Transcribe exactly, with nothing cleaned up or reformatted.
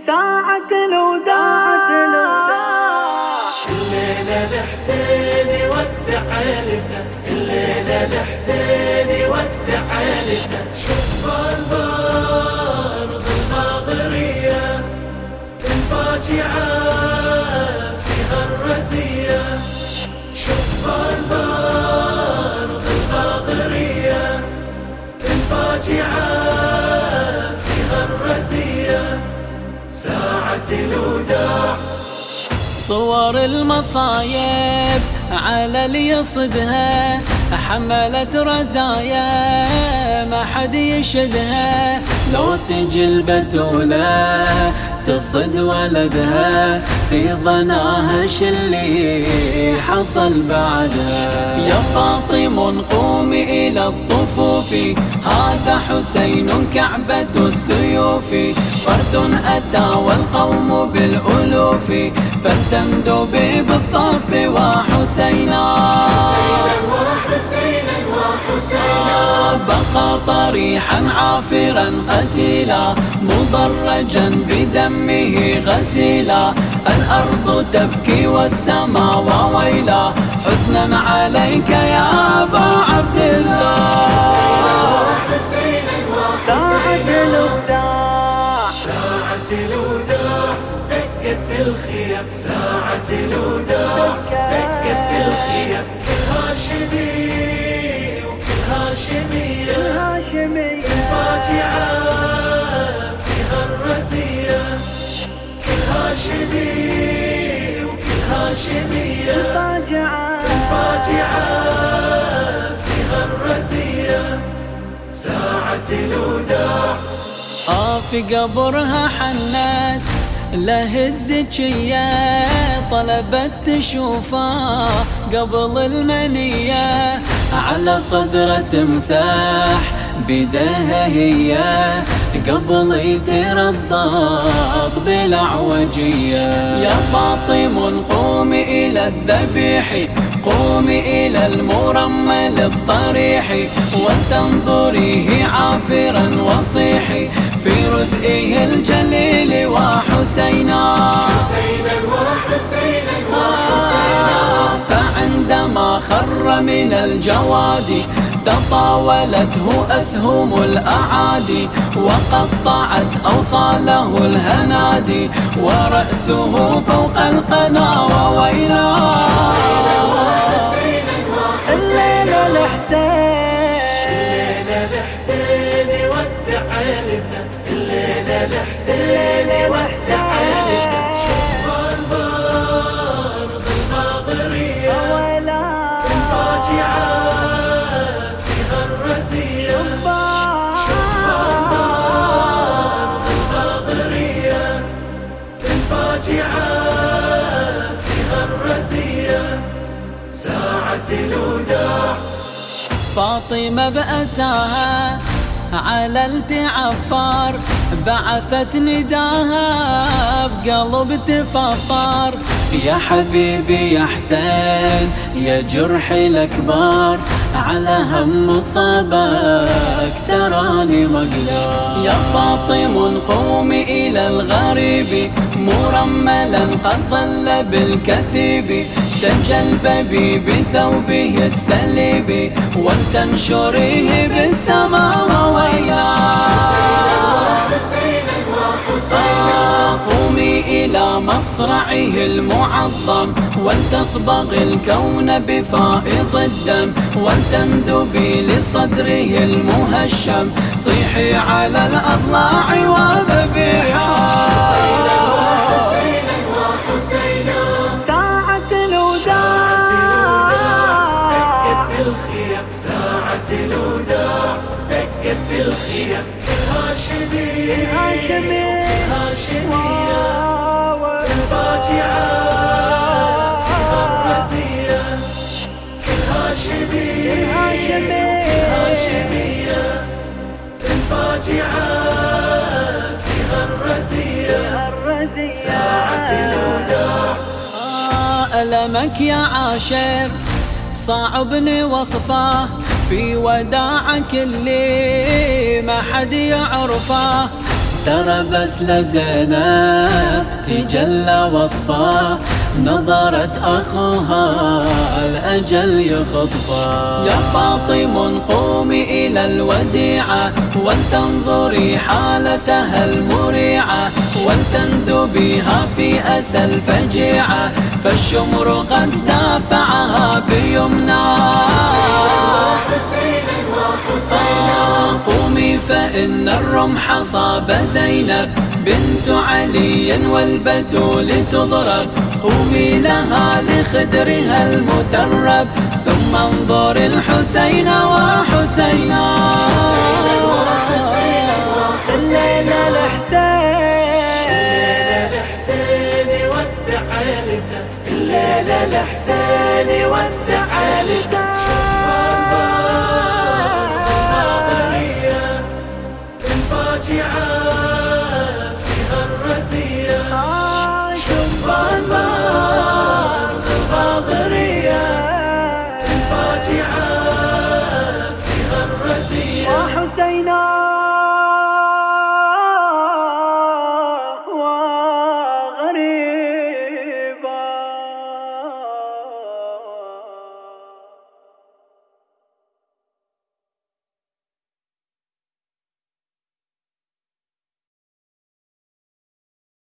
ساعة الوداع الليلة الحسين يودع عيلته، الليلة الحسين يودع عيلته. شوف البرد الناظرية الفاجعة فيها الرزية، شوف البرد الناظرية الفاجعة فيها الرزية. ساعة الوداع صور المصايب على اللي يصدها، حملت رزايا ما حد يشدها. لو تجي البتولة تصد ولدها، في ظناها شلي حصل بعدها. يا فاطم قومي إلى الطفوف، هذا حسين كعبة السيوف. فرد أتى والقوم بالألوف، فلتندبي بالطرف وحسينا وحسينا وحسينا. بقى طريحا عافرا قتيلا، مضرجا بدمه غسيلا. الأرض تبكي والسماء وويلا، حزنا عليك يا أبا عبد الله. حسينا وحسينا. ساعة الوداع دقت بالخيم، ساعة الوداع دقت بالخيم. كل هاشمي وكل هاشمية الفاجعة فيها الرزية. كل هاشمي وكل هاشمية الفاجعة فيها الرزية. ساعة الوداع آه في قبرها حنت له الزكية، طلبت تشوفه قبل المنية. على صدره تمسح بيدها هي، قبل يترضض بالأعوجية. يا فاطم قومي إلى الذبيح، قومي إلى المرمل الضريح. ولتنظريه عافرا وصيحي، في رزئه الجليل وحسينا حسينا وحسينا وحسينا. فعندما خر من الجواد، تطاولته أسهم الأعادي، وقطعت أوصاله الهنادي. ورأسه فوق القنا وويلا. الليلة الحسين، الليلة الحسين يودع عيلته، الليلة الحسين يودع عيلته. شوف البرد الناظرية الفاجعة فيها الرزية، شوف البرد الناظرية الفاجعة فيها الرزية. ساعة الوداع فاطمة بأساها على التعفار، بعثت نداها بقلب تفطر. يا حبيبي يا حسين يا جرحي الأكبر، على هم صابك تراني مقدار. يا فاطم قومي إلى الغريب، مرملا قد ظل بالكثيب. تجلببي بثوبه السليب، ولتنشريه بالسماء ويلا. قومي إلى مصرعه المعظم، ولتصبغ الكون بفائض الدم. ولتندبي لصدره المهشم، صيحي على الأضلاع وذبيحا. ساعة الوداع دقت بالخيم. هاشمي هاشمية الفاجعة فيها الرزية. هاشمي هاشمية الفاجعة فيها الرزية. ساعة الوداع ألمك يا عاشر صعبني وصفه، في وداعك اللي ما حد يعرفه. ترى بس لزينب تجلى وصفه، نظرت أخوها الأجل يخطفه. يا فاطم قومي إلى الوديعة، ولتنظري حالتها المريعة، ولتندبيها في أسى الفجيعة، فالشمر قد دافعها بيمناه. قومي فإن الرمح صاب زينب بنت علي والبتول تضرب، قومي لها لخدرها المترب، ثم انظر الحسين وحسينا. الليلة الحسين ودع عيلته، الليلة الحسين ودع عيلته.